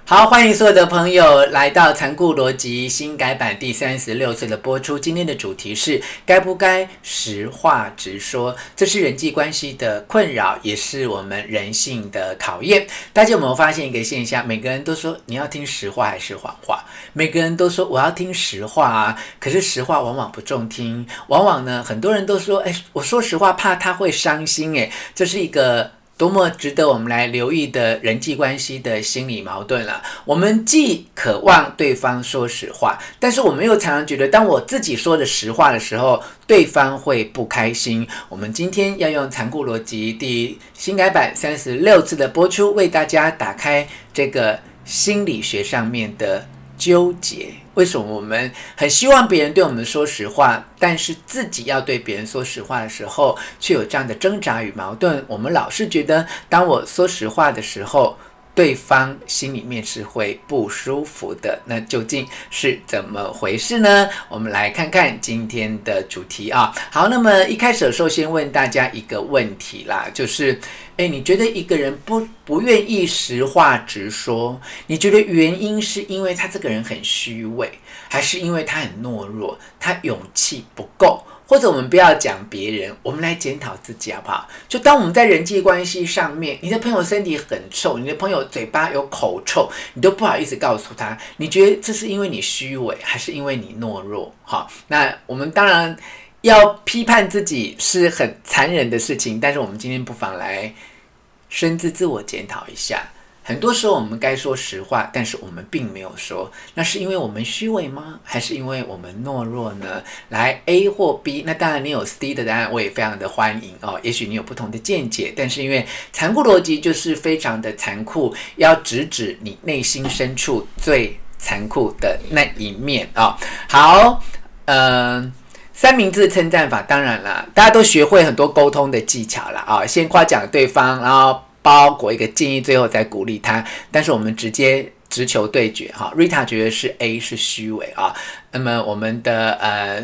好，欢迎所有的朋友来到残酷逻辑新改版第36次的播出。今天的主题是该不该实话直说，这是人际关系的困扰，也是我们人性的考验。大家有没有发现一个现象？每个人都说你要听实话还是谎话，每个人都说我要听实话啊，可是实话往往不中听，往往呢很多人都说我说实话怕他会伤心，这是一个多么值得我们来留意的人际关系的心理矛盾了。我们既渴望对方说实话，但是我们又常常觉得当我自己说的实话的时候，对方会不开心。我们今天要用残酷逻辑第新改版36次的播出，为大家打开这个心理学上面的纠结。为什么我们很希望别人对我们说实话，但是自己要对别人说实话的时候，却有这样的挣扎与矛盾？我们老是觉得当我说实话的时候，对方心里面是会不舒服的，那究竟是怎么回事呢？我们来看看今天的主题啊。好，那么一开始的时候先问大家一个问题啦，就是你觉得一个人不愿意实话直说，你觉得原因是因为他这个人很虚伪，还是因为他很懦弱，他勇气不够？或者我们不要讲别人，我们来检讨自己好不好？就当我们在人际关系上面，你的朋友身体很臭，你的朋友嘴巴有口臭，你都不好意思告诉他，你觉得这是因为你虚伪，还是因为你懦弱？好，那我们当然要批判自己是很残忍的事情，但是我们今天不妨来深自我检讨一下。很多时候我们该说实话，但是我们并没有说，那是因为我们虚伪吗？还是因为我们懦弱呢？来 A 或 B， 那当然你有 C 的答案我也非常的欢迎哦。也许你有不同的见解，但是因为残酷逻辑就是非常的残酷，要直指你内心深处最残酷的那一面哦。好，三明治称赞法，当然啦，大家都学会很多沟通的技巧啦啊，先夸奖对方，然后包裹一个建议，最后再鼓励他。但是我们直接直球对决哈 ，Rita 觉得是 A 是虚伪啊，那么我们的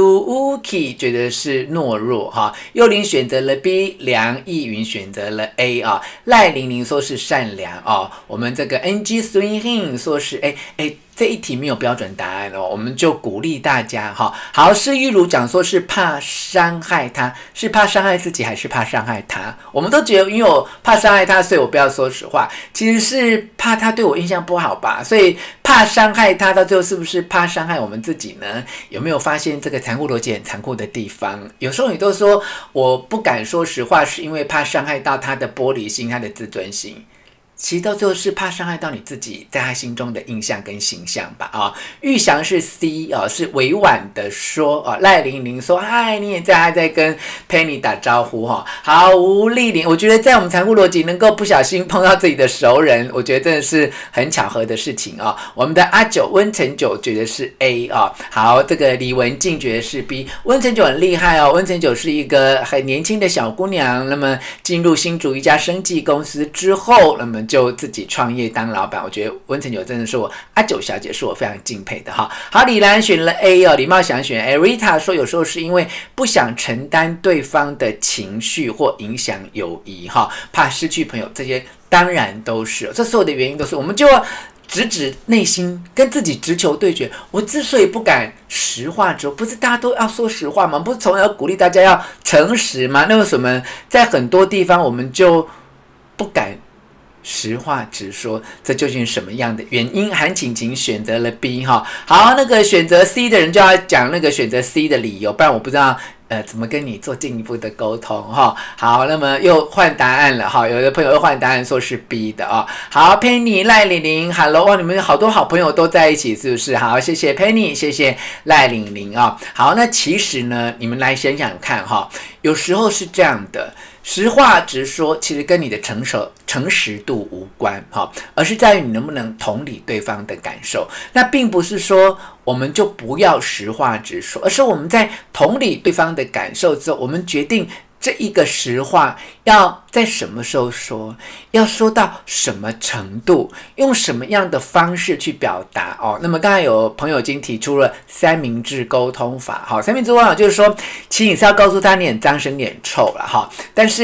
Suuki 觉得是懦弱哈，幼玲选择了 B， 梁逸云选择了 A 啊，赖玲玲说是善良哦，我们这个 NG Swing 说是这一题没有标准答案哦，我们就鼓励大家哈。好，施玉如讲说是怕伤害他，是怕伤害自己还是怕伤害他？我们都觉得因为我怕伤害他，所以我不要说实话，其实是怕他对我印象不好吧？所以怕伤害他，到最后是不是怕伤害我们自己呢？有没有发现这个残酷逻辑很残酷的地方？有时候你都说我不敢说实话，是因为怕伤害到他的玻璃心，他的自尊心。其实到最后是怕伤害到你自己在他心中的印象跟形象吧啊！玉祥是 C 啊，是委婉的说啊。赖玲玲说嗨，你也在跟 Penny 打招呼哈。好，吴丽玲，我觉得在我们残酷逻辑能够不小心碰到自己的熟人，我觉得真的是很巧合的事情啊。我们的阿九温成九觉得是 A 啊。好，这个李文静觉得是 B。温成九很厉害哦，温成九是一个很年轻的小姑娘，那么进入新竹一家生技公司之后，那么就自己创业当老板，我觉得温成九真的是阿九小姐是我非常敬佩的哈。好，李兰选了 A 哦，李茂祥选 A，Rita 说有时候是因为不想承担对方的情绪或影响友谊哈，怕失去朋友，这些当然都是，这所有的原因都是，我们就要直指内心，跟自己直球对决。我之所以不敢实话直说，不是大家都要说实话吗？不是从来鼓励大家要诚实吗？那为什么在很多地方我们就不敢实话直说？这究竟是什么样的原因？韩晴晴选择了 B 哈。好，那个选择 C 的人就要讲那个选择 C 的理由，不然我不知道怎么跟你做进一步的沟通哈。好，那么又换答案了哈，有的朋友又换答案说是 B 的哦。好 ，Penny 赖玲玲 ，Hello 哇，你们好多好朋友都在一起是不是？好，谢谢 Penny， 谢谢赖玲玲啊。好，那其实呢，你们来想想看哈，有时候是这样的。实话直说其实跟你的诚实度无关而是在于你能不能同理对方的感受。那并不是说我们就不要实话直说，而是我们在同理对方的感受之后，我们决定这一个实话要在什么时候说，要说到什么程度，用什么样的方式去表达哦。那么刚才有朋友已经提出了三明治沟通法，三明治沟通法就是说，其实你是要告诉他你很脏身你很臭啦，但是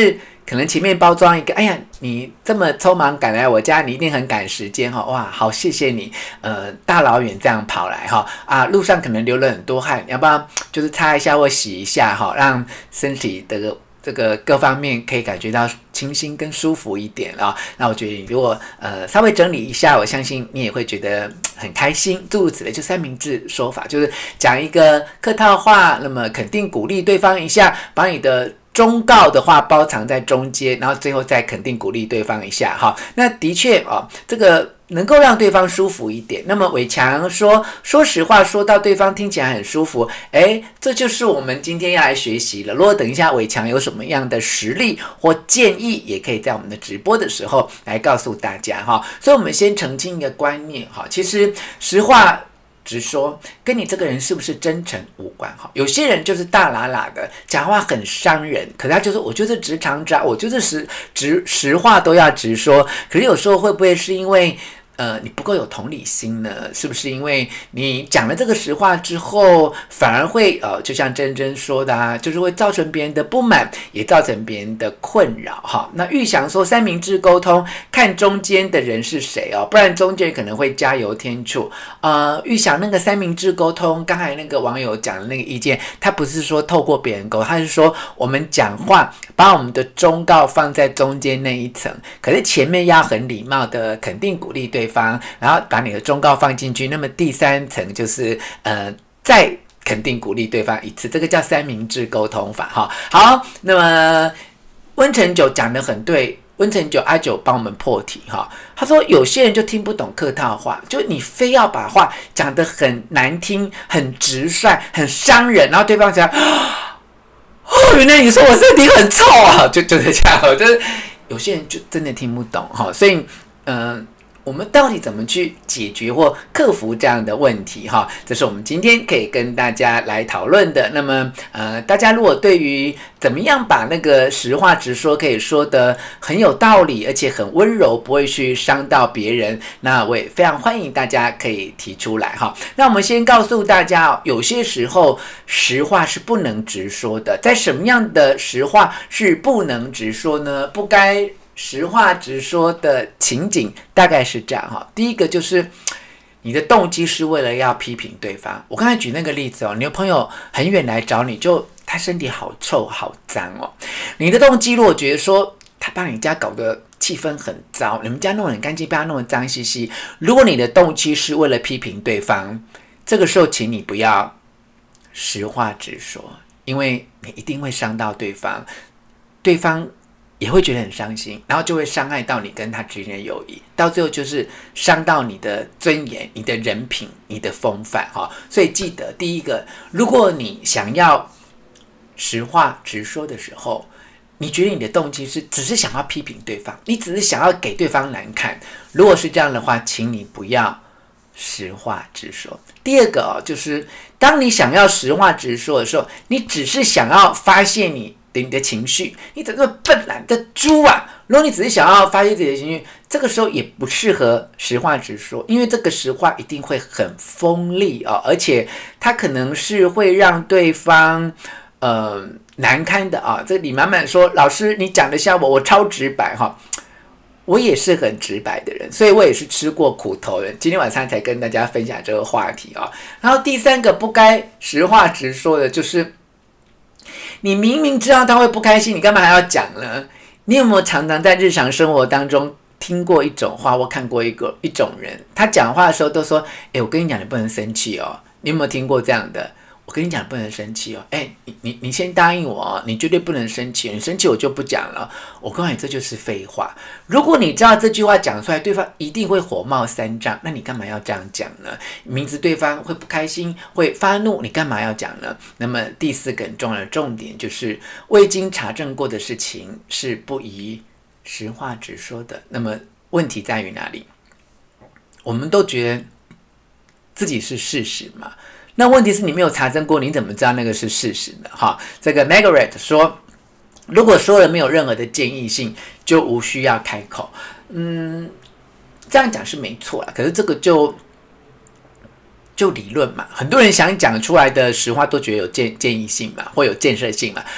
可能前面包装一个，哎呀，你这么匆忙赶来我家，你一定很赶时间哈，哇，好谢谢你，大老远这样跑来哈，啊，路上可能流了很多汗，要不要就是擦一下或洗一下哈，让身体的这个各方面可以感觉到清新跟舒服一点啊。那我觉得如果稍微整理一下，我相信你也会觉得很开心。诸如此类，就三明治说法，就是讲一个客套话，那么肯定鼓励对方一下，把你的忠告的话包藏在中间，然后最后再肯定鼓励对方一下哈。那的确哦，这个能够让对方舒服一点。那么伟强说实话，说到对方听起来很舒服，这就是我们今天要来学习了。如果等一下伟强有什么样的实例或建议，也可以在我们的直播的时候来告诉大家哈。所以我们先澄清一个观念哈，其实实话直说，跟你这个人是不是真诚无关哈。有些人就是大喇喇的讲话很伤人，可是他就是我就是直肠子，我就是实话都要直说。可是有时候会不会是因为你不够有同理心呢？是不是因为你讲了这个实话之后，反而会就像珍珍说的啊，就是会造成别人的不满，也造成别人的困扰哈。那玉祥说三明治沟通，看中间的人是谁哦，不然中间可能会加油添醋。玉祥那个三明治沟通，刚才那个网友讲的那个意见，他不是说透过别人沟，他是说我们讲话把我们的忠告放在中间那一层，可是前面要很礼貌的肯定鼓励对方，然后把你的忠告放进去，那么第三层就是再肯定鼓励对方一次，这个叫三明治沟通法哈。好，那么温成九讲得很对，温成九阿九帮我们破题哈。他说有些人就听不懂客套话，就你非要把话讲得很难听、很直率、很伤人，然后对方讲原来你说我身体很臭啊，就是这样，就是有些人就真的听不懂哈，所以我们到底怎么去解决或克服这样的问题哈？这是我们今天可以跟大家来讨论的。那么大家如果对于怎么样把那个实话直说可以说得很有道理，而且很温柔，不会去伤到别人，那我也非常欢迎大家可以提出来哈。那我们先告诉大家有些时候实话是不能直说的，在什么样的实话是不能直说呢？不该实话直说的情景大概是这样哈。第一个就是你的动机是为了要批评对方。我刚才举那个例子哦，你的朋友很远来找你，就他身体好臭好脏哦。你的动机如果觉得说他把你家搞得气氛很糟，你们家弄得很干净，被他弄得脏兮兮。如果你的动机是为了批评对方，这个时候请你不要实话直说，因为你一定会伤到对方，对方也会觉得很伤心，然后就会伤害到你跟他之间的友谊，到最后就是伤到你的尊严、你的人品、你的风范哈。所以记得，第一个，如果你想要实话直说的时候，你觉得你的动机是只是想要批评对方，你只是想要给对方难看，如果是这样的话，请你不要实话直说。第二个就是当你想要实话直说的时候，你只是想要发泄你的情绪，你怎么笨懒的猪啊？如果你只是想要发泄自己的情绪，这个时候也不适合实话直说，因为这个实话一定会很锋利哦，而且它可能是会让对方难堪的啊。这李满满说：“老师，你讲的像我超直白哈。”我也是很直白的人，所以我也是吃过苦头的人。今天晚上才跟大家分享这个话题啊。然后第三个不该实话直说的就是，你明明知道他会不开心，你干嘛还要讲呢？你有没有常常在日常生活当中听过一种话，或看过一种人，他讲话的时候都说：“我跟你讲，你不能生气哦。”你有没有听过这样的？我跟你讲不能生气哦，你先答应我哦，你绝对不能生气，你生气我就不讲了。我告诉你，这就是废话。如果你知道这句话讲出来，对方一定会火冒三丈，那你干嘛要这样讲呢？明知对方会不开心，会发怒，你干嘛要讲呢？那么第四个很重要的重点就是，未经查证过的事情是不宜实话直说的。那么问题在于哪里？我们都觉得自己是事实嘛。那问题是你没有查证过，你怎么知道那个是事实呢？哈，这个 Margaret 说，如果说了没有任何的建议性，就无需要开口。这样讲是没错啦，可是这个就理论嘛，很多人想讲出来的实话都觉得有建议性嘛，或有建设性嘛。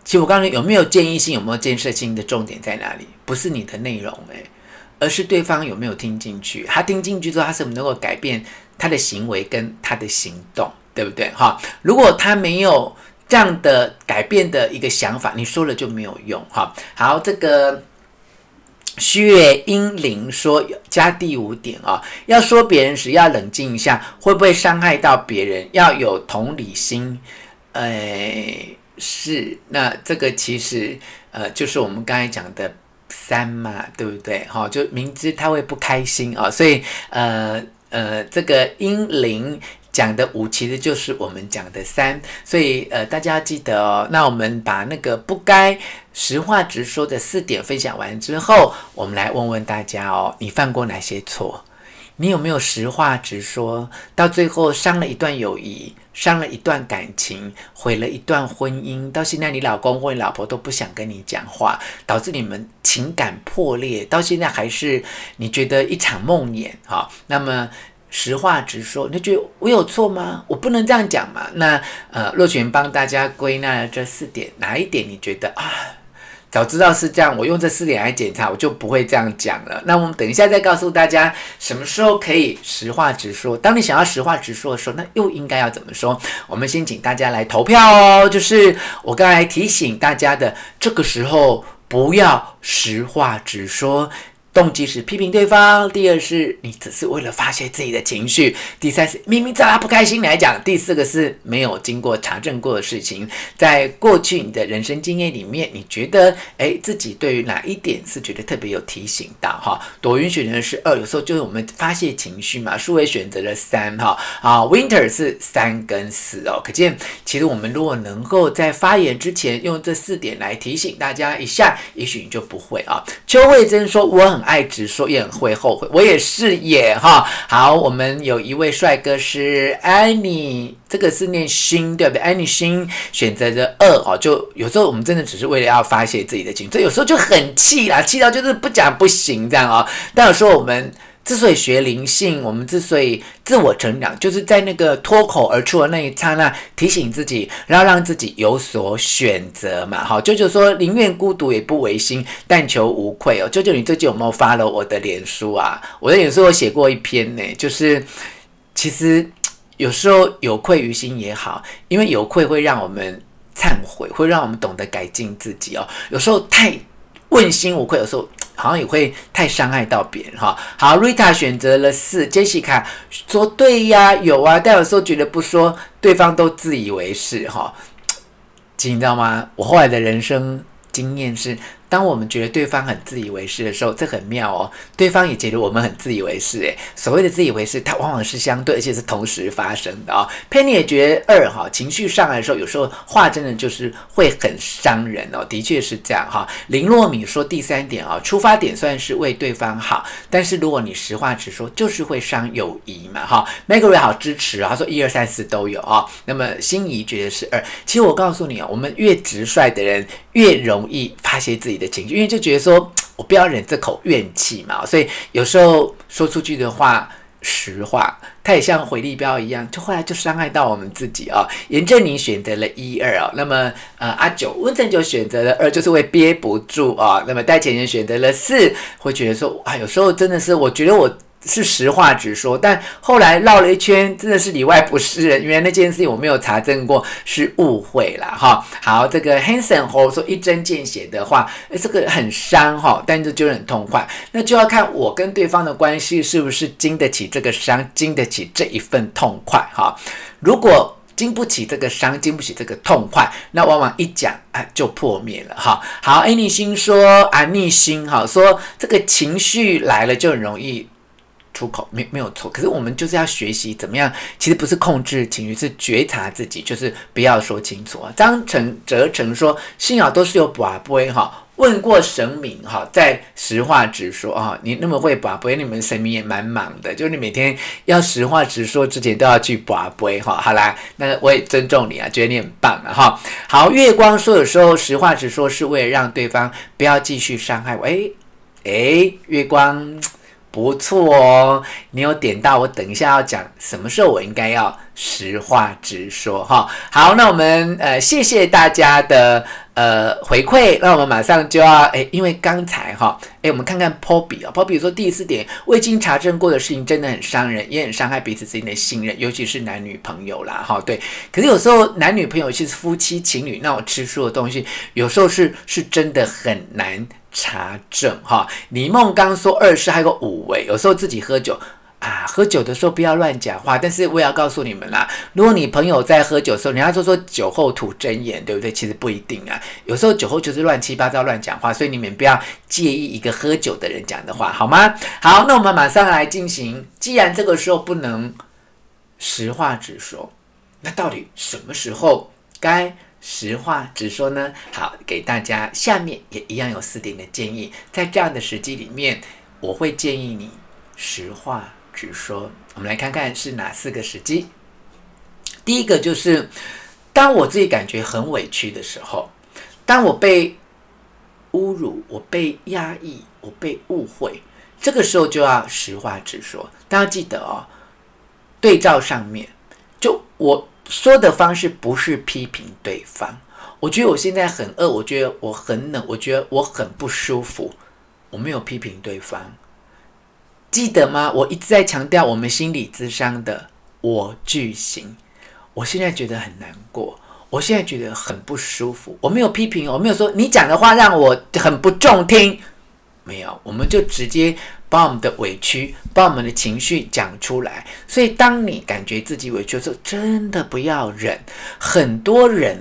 其实我告诉你，有没有建议性，有没有建设性的重点在哪里？不是你的内容而是对方有没有听进去。他听进去之后，他是不是能够改变他的行为跟他的行动，对不对？哈，如果他没有这样的改变的一个想法，你说了就没有用。哈，好，这个薛英灵说加第5点啊，要说别人时要冷静一下，会不会伤害到别人？要有同理心。是，那这个其实就是我们刚才讲的3嘛，对不对？哈，就明知他会不开心啊，所以这个英灵讲的5其实就是我们讲的3，所以大家要记得哦。那我们把那个不该实话直说的4点分享完之后，我们来问问大家哦，你犯过哪些错？你有没有实话直说，到最后伤了一段友谊，伤了一段感情，毁了一段婚姻，到现在你老公或你老婆都不想跟你讲话，导致你们情感破裂，到现在还是你觉得一场梦魇。好，那么实话直说，你就觉得我有错吗？我不能这样讲嘛？那若璇帮大家归纳了这4点，哪一点你觉得早知道是这样，我用这4点来检查，我就不会这样讲了。那我们等一下再告诉大家什么时候可以实话直说。当你想要实话直说的时候，那又应该要怎么说？我们先请大家来投票哦。就是我刚才提醒大家的，这个时候不要实话直说。动机是批评对方，第2是你只是为了发泄自己的情绪，第3是明明知道他不开心来讲，第4个是没有经过查证过的事情。在过去你的人生经验里面，你觉得自己对于哪一点是觉得特别有提醒到哈？朵云选择的是2，有时候就是我们发泄情绪嘛。舒伟选择了3哈，Winter 是3跟4哦。可见其实我们如果能够在发言之前用这4点来提醒大家一下，也许你就不会啊。邱慧珍说我很爱直说，也很会后悔，我也是耶哈。好，我们有一位帅哥是安妮，这个是念新对不对？安妮新选择的2哦，就有时候我们真的只是为了要发泄自己的情绪，这有时候就很气啦，气到就是不讲不行这样哦。但有时候我们之所以学灵性，我们之所以自我成长，就是在那个脱口而出的那一刹那提醒自己，然后让自己有所选择嘛。好，舅舅说宁愿孤独也不违心，但求无愧哦。舅舅，你最近有没有follow我的脸书啊？我的脸书我写过一篇呢，就是其实有时候有愧于心也好，因为有愧会让我们忏悔，会让我们懂得改进自己哦。有时候太问心无愧，有时候好像也会太伤害到别人哈。好 ，Rita 选择了4 ，Jessica 说对呀，有啊，但有时候觉得不说，对方都自以为是哈。你知道吗？我后来的人生经验是，当我们觉得对方很自以为是的时候，这很妙哦，对方也觉得我们很自以为是。所谓的自以为是，它往往是相对，而且是同时发生的哦。Penny 也觉得2哈，情绪上来的时候，有时候话真的就是会很伤人哦，的确是这样哈。林洛米说第3点啊，出发点算是为对方好，但是如果你实话直说，就是会伤友谊嘛哈。Megary 好支持啊，他说1、2、3、4都有啊。那么心仪觉得是2，其实我告诉你啊，我们越直率的人越容易发泄自己的情绪，因为就觉得说我不要忍这口怨气嘛，所以有时候说出去的话实话，它也像回力镖一样，就后来就伤害到我们自己啊。严正宁选择了1、2啊，那么阿九温正九选择了2，就是会憋不住啊。那么戴前人选择了4，会觉得说有时候真的是我觉得我是实话直说，但后来绕了一圈，真的是里外不是人。原来那件事情我没有查证过，是误会啦哈。好，这个 Hanson 说一针见血的话，这个很伤哈，但是就是很痛快。那就要看我跟对方的关系是不是经得起这个伤，经得起这一份痛快哈。如果经不起这个伤，经不起这个痛快，那往往一讲就破灭了哈。好，安妮心说逆心哈，说这个情绪来了就很容易出口，没有错，可是我们就是要学习怎么样，其实不是控制情绪，是觉察自己，就是不要说清楚啊。张哲成说，幸好都是有拔杯哈，问过神明哈，再实话直说啊。你那么会拔杯，你们神明也蛮忙的，就你每天要实话直说之前都要去拔杯哈。好啦，那我也尊重你啊，觉得你很棒啊哈。好，月光说有时候实话直说是为了让对方不要继续伤害我。月光。不错哦，你有点到我等一下要讲什么时候我应该要实话直说哈。好，那我们谢谢大家的回馈，那我们马上就要因为刚才我们看看 Poppy 啊，Poppy 说第4点，未经查证过的事情真的很伤人，也很伤害彼此之间的信任，尤其是男女朋友啦，对。可是有时候男女朋友其实夫妻情侣那种吃素的东西，有时候是真的很难查证李梦刚说24还有个5位，有时候自己喝酒。喝酒的时候不要乱讲话，但是我也要告诉你们啦，如果你朋友在喝酒的时候，人家说酒后吐真言，对不对？其实不一定啊，有时候酒后就是乱七八糟乱讲话，所以你们不要介意一个喝酒的人讲的话，好吗？好，那我们马上来进行，既然这个时候不能实话直说，那到底什么时候该实话直说呢？好，给大家下面也一样有4点的建议，在这样的时机里面，我会建议你实话直说。我们来看看是哪4个时机。第一个就是当我自己感觉很委屈的时候，当我被侮辱，我被压抑，我被误会，这个时候就要实话直说。大家记得对照上面，就我说的方式不是批评对方，我觉得我现在很饿，我觉得我很冷，我觉得我很不舒服，我没有批评对方。记得吗？我一直在强调我们心理咨商的我句型。我现在觉得很难过，我现在觉得很不舒服，我没有批评，我没有说你讲的话让我很不中听，没有，我们就直接把我们的委屈，把我们的情绪讲出来。所以当你感觉自己委屈的时候，真的不要忍。很多人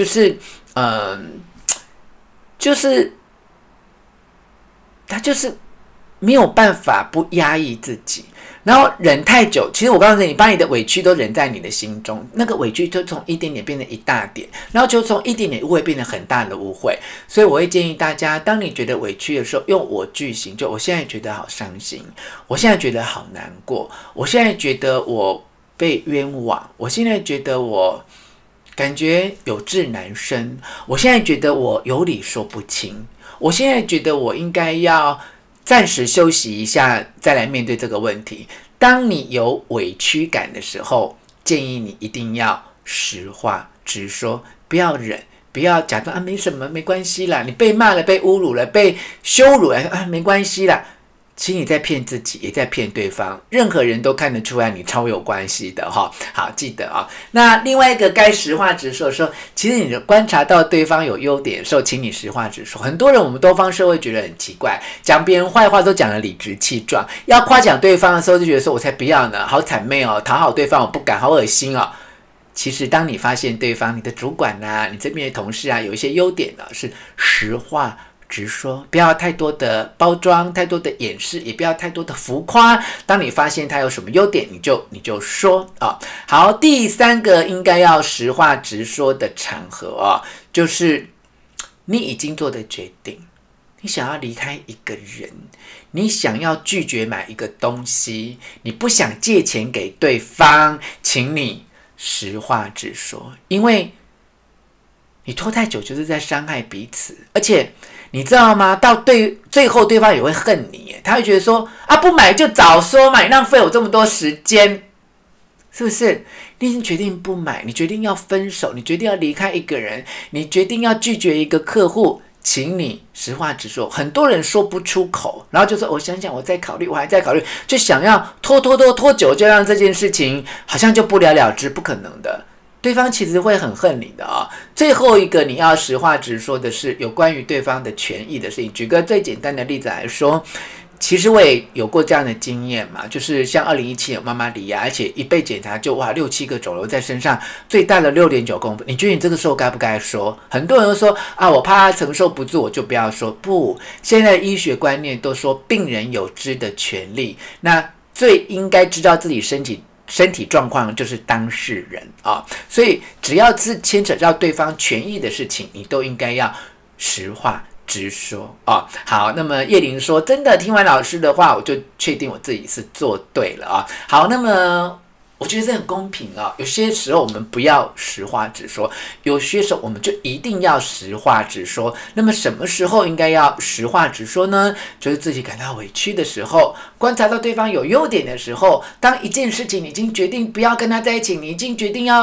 他就是没有办法不压抑自己，然后忍太久，其实我告诉你，把你的委屈都忍在你的心中，那个委屈就从一点点变成一大点，然后就从一点点误会变成很大的误会。所以我会建议大家，当你觉得委屈的时候，用我句型，就我现在觉得好伤心，我现在觉得好难过，我现在觉得我被冤枉，我现在觉得我感觉有志难伸，我现在觉得我有理说不清，我现在觉得我应该要暂时休息一下，再来面对这个问题。当你有委屈感的时候，建议你一定要实话直说，不要忍，不要假装没什么，没关系啦。你被骂了，被侮辱了，被羞辱了，没关系啦。其实你在骗自己，也在骗对方，任何人都看得出来你超有关系的好，记得那另外一个该实话直说的时候，其实你观察到对方有优点的时候，请你实话直说。很多人我们东方社会觉得很奇怪，讲别人坏话都讲得理直气壮，要夸奖对方的时候就觉得说我才不要呢，好谄媚讨好对方我不敢，好恶心其实当你发现对方，你的主管你这边的同事有一些优点是实话直说，不要太多的包装，太多的掩饰，也不要太多的浮夸。当你发现他有什么优点，你就说好，第3个应该要实话直说的场合就是你已经做的决定，你想要离开一个人，你想要拒绝买一个东西，你不想借钱给对方，请你实话直说，因为你拖太久就是在伤害彼此，而且你知道吗？到最后对方也会恨你，他会觉得说不买就早说嘛，你浪费我这么多时间，是不是？你已经决定不买，你决定要分手，你决定要离开一个人，你决定要拒绝一个客户，请你实话直说。很多人说不出口，然后就说我想想，我再考虑，我还在考虑，就想要拖久，就让这件事情好像就不了了之，不可能的。对方其实会很恨你的最后一个你要实话直说的是有关于对方的权益的事情。举个最简单的例子来说，其实我也有过这样的经验嘛，就是像2017年妈妈离而且一被检查就6-7个肿瘤在身上，最大的6.9公分。你觉得你这个时候该不该说？很多人都说我怕他承受不住，我就不要说。不，现在的医学观念都说病人有知的权利，那最应该知道自己身体状况就是当事人所以只要是牵扯到对方权益的事情，你都应该要实话直说好，那么叶玲说，真的听完老师的话，我就确定我自己是做对了好，那么我觉得这很公平有些时候我们不要实话直说，有些时候我们就一定要实话直说。那么什么时候应该要实话直说呢？就是自己感到委屈的时候，观察到对方有优点的时候，当一件事情你已经决定不要跟他在一起，你已经决定要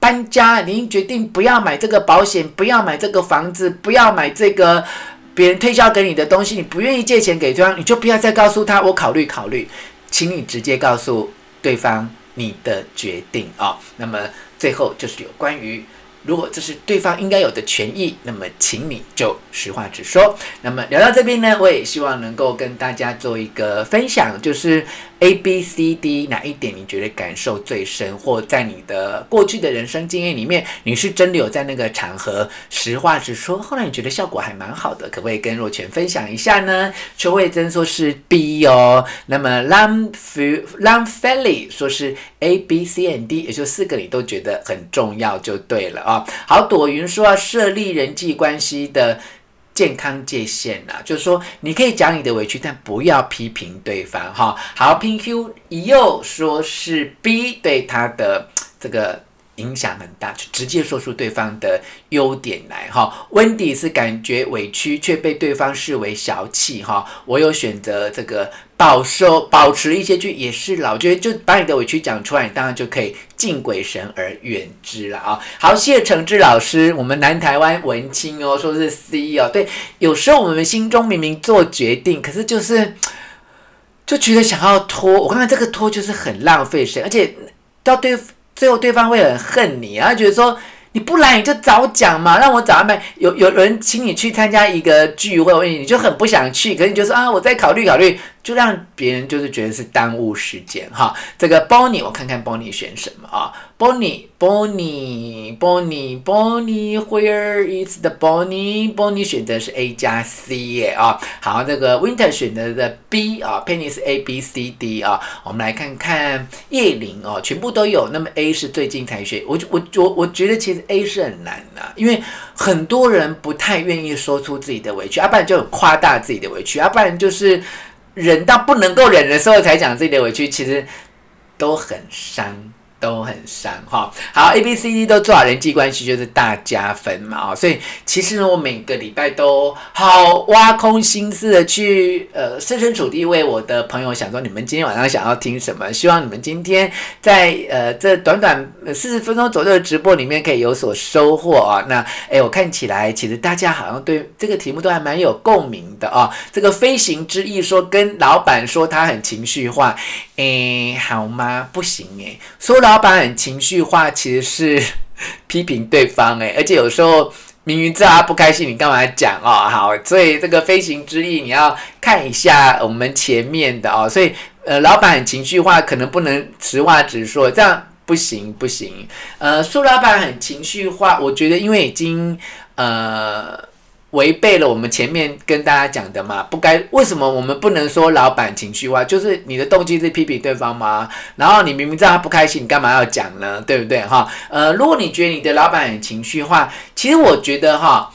搬家，你已经决定不要买这个保险，不要买这个房子，不要买这个别人推销给你的东西，你不愿意借钱给对方，你就不要再告诉他我考虑考虑，请你直接告诉对方你的决定啊。那么最后就是有关于，如果这是对方应该有的权益，那么请你就实话直说。那么聊到这边呢，我也希望能够跟大家做一个分享，就是 ABCD 哪一点你觉得感受最深，或在你的过去的人生经验里面，你是真的有在那个场合实话直说，后来你觉得效果还蛮好的，可不可以跟若权分享一下呢？邱慧珍说是 B 哦，那么 Lamfelli 说是 A、B、C、and-D， 也就4个你都觉得很重要就对了啊。好，朵云说要设立人际关系的健康界限啊，就是说你可以讲你的委屈，但不要批评对方哈。好，PQ 又说是 B， 对他的这个影响很大，就直接说出对方的优点来哈。温迪是感觉委屈却被对方视为小气哈，我有选择这个保持一些句也是啦，我觉得就把你的委屈讲出来，你当然就可以敬鬼神而远之了啊。好，谢承志老师，我们南台湾文青哦，说是 C 哦，对，有时候我们心中明明做决定，可是就觉得想要拖，我看看这个拖就是很浪费时间，而且最后对方会很恨你，然后觉得说你不来你就早讲嘛，让我早安排。有人请你去参加一个聚会，你就很不想去，可是你就说啊，我再考虑考虑，就让别人就是觉得是耽误时间哈。这个 Bonnie， 我看看 Bonnie 选什么啊 Bonnie，Where is the Bonnie？Bonnie 选择是 A 加 C 耶啊。好，这个 Winter 选择的 B 啊 ，Penny 是 A、B、C、D 啊。我们来看看叶玲哦，全部都有。那么 A 是最近才学，我觉得其实 A 是很难的，因为很多人不太愿意说出自己的委屈，要不然就很夸大自己的委屈，要不然就是忍到不能够忍的时候才讲自己的委屈，其实都很伤哈。好 ，ABCD 都做好人际关系就是大加分嘛啊，所以其实呢，我每个礼拜都好挖空心思的去设身处地为我的朋友想说，你们今天晚上想要听什么？希望你们今天在这短短40分钟左右的直播里面可以有所收获啊。那我看起来其实大家好像对这个题目都还蛮有共鸣的啊。这个飞行之意说跟老板说他很情绪化，好吗？不行说老板很情绪化其实是批评对方而且有时候明明知道他不开心，你干嘛讲哦？好，所以这个飞行之意你要看一下我们前面的哦。所以老板很情绪化，可能不能实话直说，这样不行。说老板很情绪化，我觉得因为已经违背了我们前面跟大家讲的嘛，为什么我们不能说老板情绪化？就是你的动机是批评对方吗？然后你明明知道他不开心，你干嘛要讲呢？对不对哈？如果你觉得你的老板很情绪化，其实我觉得哈，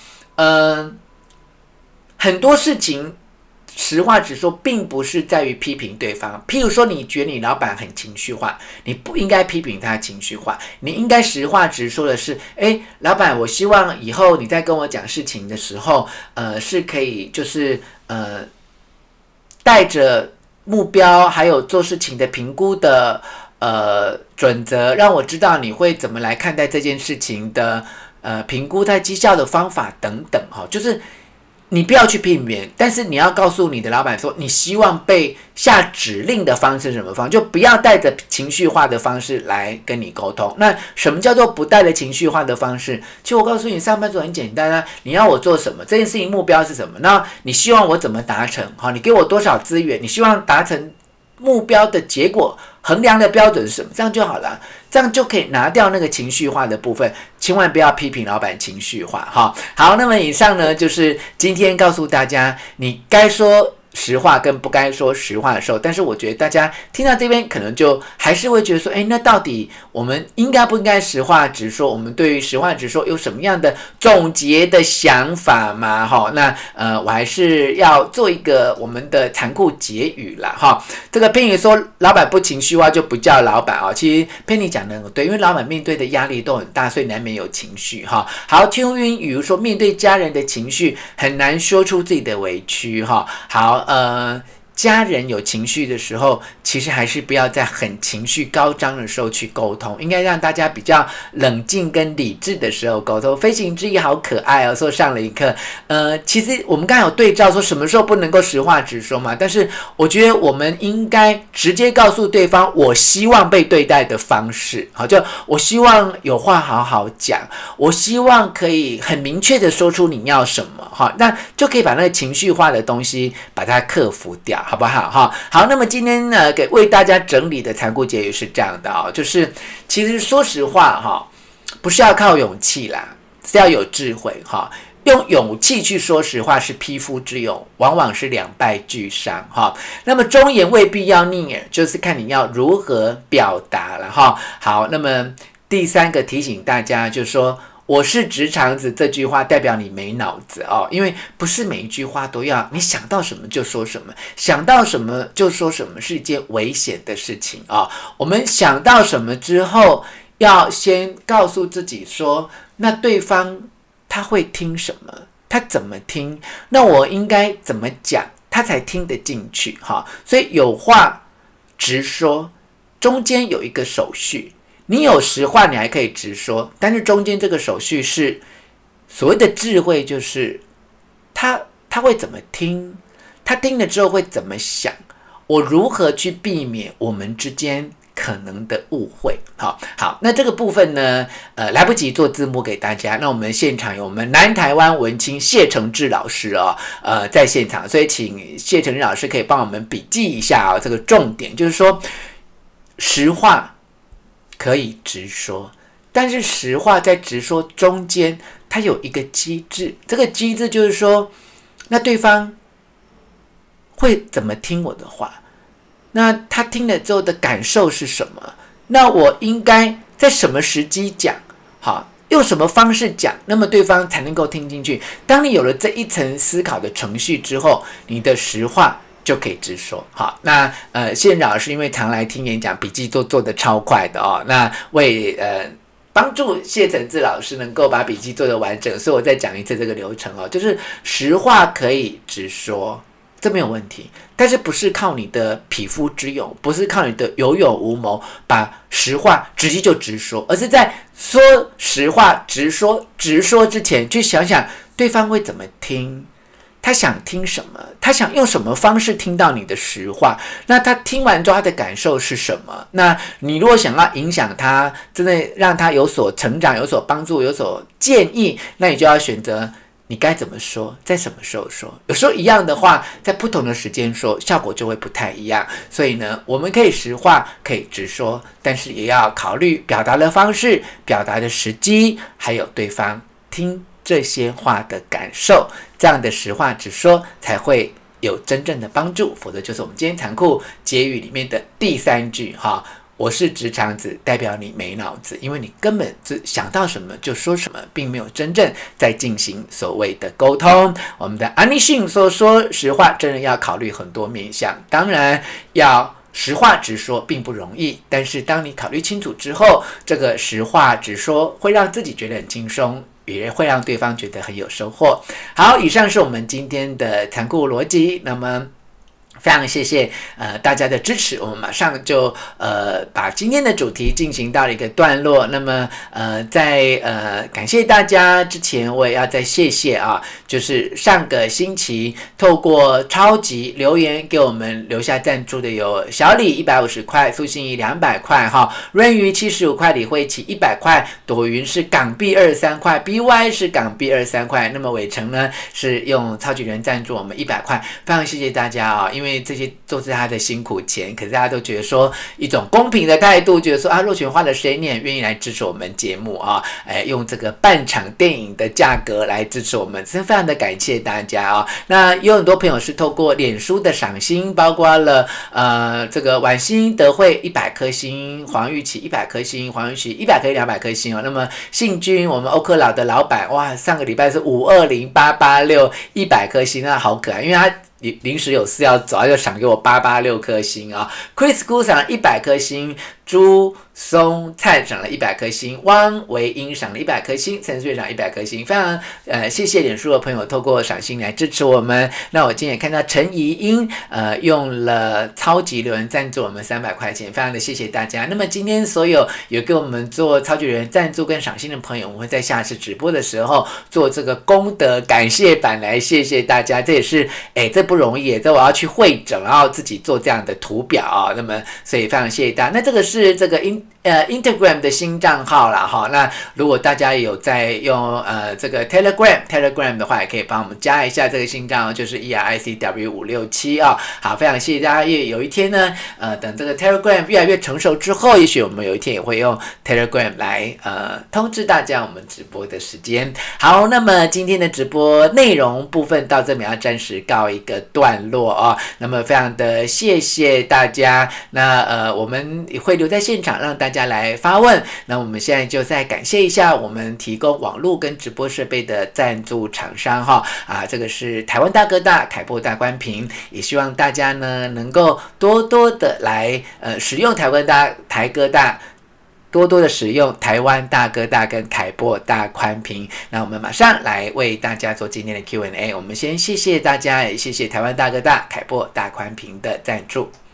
很多事情实话直说，并不是在于批评对方。譬如说，你觉得你老板很情绪化，你不应该批评他情绪化，你应该实话直说的是，老板，我希望以后你在跟我讲事情的时候，是可以就是带着目标，还有做事情的评估的准则，让我知道你会怎么来看待这件事情的评估它绩效的方法等等哈，就是。你不要去批评别人，但是你要告诉你的老板说，你希望被下指令的方式是什么方式，就不要带着情绪化的方式来跟你沟通。那什么叫做不带着情绪化的方式？其实我告诉你，上班族很简单啊，你要我做什么，这件事情目标是什么？那你希望我怎么达成？好，你给我多少资源？你希望达成目标的结果，衡量的标准是什么？这样就好了，这样就可以拿掉那个情绪化的部分。千万不要批评老板情绪化哈。好，那么以上呢就是今天告诉大家，你该说实话跟不该说实话的时候，但是我觉得大家听到这边可能就还是会觉得说，那到底我们应该不应该实话直说？我们对于实话直说有什么样的总结的想法吗？哈，那我还是要做一个我们的残酷结语啦哈。这个 Penny 说老板不情绪化就不叫老板啊，其实 Penny 讲的很对，因为老板面对的压力都很大，所以难免有情绪哈。好，听云比如说面对家人的情绪很难说出自己的委屈哈。好。 家人有情绪的时候，其实还是不要在很情绪高涨的时候去沟通，应该让大家比较冷静跟理智的时候沟通。飞行之翼好可爱哦，说上了一课。其实我们刚才有对照说什么时候不能够实话直说嘛，但是我觉得我们应该直接告诉对方我希望被对待的方式。好，就我希望有话好好讲，我希望可以很明确的说出你要什么，好，那就可以把那个情绪化的东西把它克服掉，好不好？好，那么今天呢，为大家整理的残酷结语是这样的哦，就是其实说实话不是要靠勇气啦，是要有智慧哈。用勇气去说实话是匹夫之勇，往往是两败俱伤哈。那么忠言未必要逆耳，就是看你要如何表达了哈。好，那么第三个提醒大家就是说，我是直肠子这句话代表你没脑子哦，因为不是每一句话都要你想到什么就说什么，想到什么就说什么是一件危险的事情哦。我们想到什么之后，要先告诉自己说，那对方他会听什么？他怎么听？那我应该怎么讲，他才听得进去哈？所以有话直说，中间有一个手续。你有实话，你还可以直说，但是中间这个手续是所谓的智慧，就是他会怎么听，他听了之后会怎么想，我如何去避免我们之间可能的误会。好，那这个部分呢，来不及做字幕给大家，那我们现场有我们南台湾文青谢承志老师哦，在现场，所以请谢承志老师可以帮我们笔记一下哦，这个重点就是说，实话可以直说，但是实话在直说中间，它有一个机制，这个机制就是说，那对方会怎么听我的话？那他听了之后的感受是什么？那我应该在什么时机讲？好，用什么方式讲，那么对方才能够听进去？当你有了这一层思考的程序之后，你的实话就可以直说。好，那谢老师因为常来听演讲，笔记做得超快的哦。那为帮助谢承志老师能够把笔记做得完整，所以我再讲一次这个流程哦，就是实话可以直说，这没有问题，但是不是靠你的匹夫之勇，不是靠你的有勇无谋把实话直接就直说，而是在说实话直说之前，去想想对方会怎么听，他想听什么，他想用什么方式听到你的实话，那他听完之后他的感受是什么？那你如果想要影响他，真的让他有所成长，有所帮助，有所建议，那你就要选择你该怎么说，在什么时候说。有时候一样的话，在不同的时间说，效果就会不太一样。所以呢，我们可以实话，可以直说，但是也要考虑表达的方式、表达的时机，还有对方听这些话的感受，这样的实话直说才会有真正的帮助。否则就是我们今天残酷结语里面的第三句哈。我是直肠子，代表你没脑子，因为你根本只想到什么就说什么，并没有真正在进行所谓的沟通。我们的安利讯说实话，真的要考虑很多面向，当然要实话直说并不容易，但是当你考虑清楚之后，这个实话直说会让自己觉得很轻松，也会让对方觉得很有收获。好，以上是我们今天的残酷逻辑，那么非常谢谢大家的支持，我们马上就把今天的主题进行到了一个段落。那么在感谢大家之前，我也要再谢谢啊，就是上个星期透过超级留言给我们留下赞助的有小李150块，苏心怡200块哈，润瑜75块，李慧琪100块，朵云是港币23块 ，BY 是港币23块，那么伟成呢是用超级留言赞助我们100块，非常谢谢大家啊，因为这些都是他的辛苦钱，可是大家都觉得说一种公平的态度，觉得说啊，若璇花了谁，你也愿意来支持我们节目啊，用这个半场电影的价格来支持我们，真非常的感谢大家啊。那有很多朋友是透过脸书的赏心，包括了这个婉欣德惠100颗星，黄玉琪100颗星，黄玉琪100颗200颗星哦。那么信君我们欧克劳的老板，哇，上个礼拜是520886 100颗星，那好可爱，因为他临时有事要走，他就赏给我886颗星啊。Chris Gu 赏100颗星，朱松灿赏了100颗星，汪维英赏了100颗星，陈岁赏100颗星，非常谢谢脸书的朋友透过赏星来支持我们。那我今天也看到陈怡英用了超级留言赞助我们300块钱，非常的谢谢大家。那么今天所有有给我们做超级留言赞助跟赏星的朋友，我们会在下次直播的时候做这个功德感谢版来谢谢大家。这也是这不容易，这我要去会诊，然后自己做这样的图表啊。那么所以非常谢谢大家。那这个是这个Instagram 的新账号啦哈，那如果大家有在用这个 Telegram 的话，也可以帮我们加一下这个新账号，就是 ERICW567啊。好，非常谢谢大家。也有一天呢，等这个 Telegram 越来越成熟之后，也许我们有一天也会用 Telegram 来通知大家我们直播的时间。好，那么今天的直播内容部分到这里要暂时告一个段落啊。那么非常的谢谢大家，那我们会留在现场让大家来发问。那我们现在就再感谢一下我们提供网络跟直播设备的赞助厂商哈这个是台湾大哥大、凯擘大宽屏，也希望大家呢能够多多的来使用台哥大。多多的使用台湾大哥大跟凯擘大宽屏。那我们马上来为大家做今天的 Q&A。我们先谢谢大家，也谢谢台湾大哥大、凯擘大宽屏的赞助。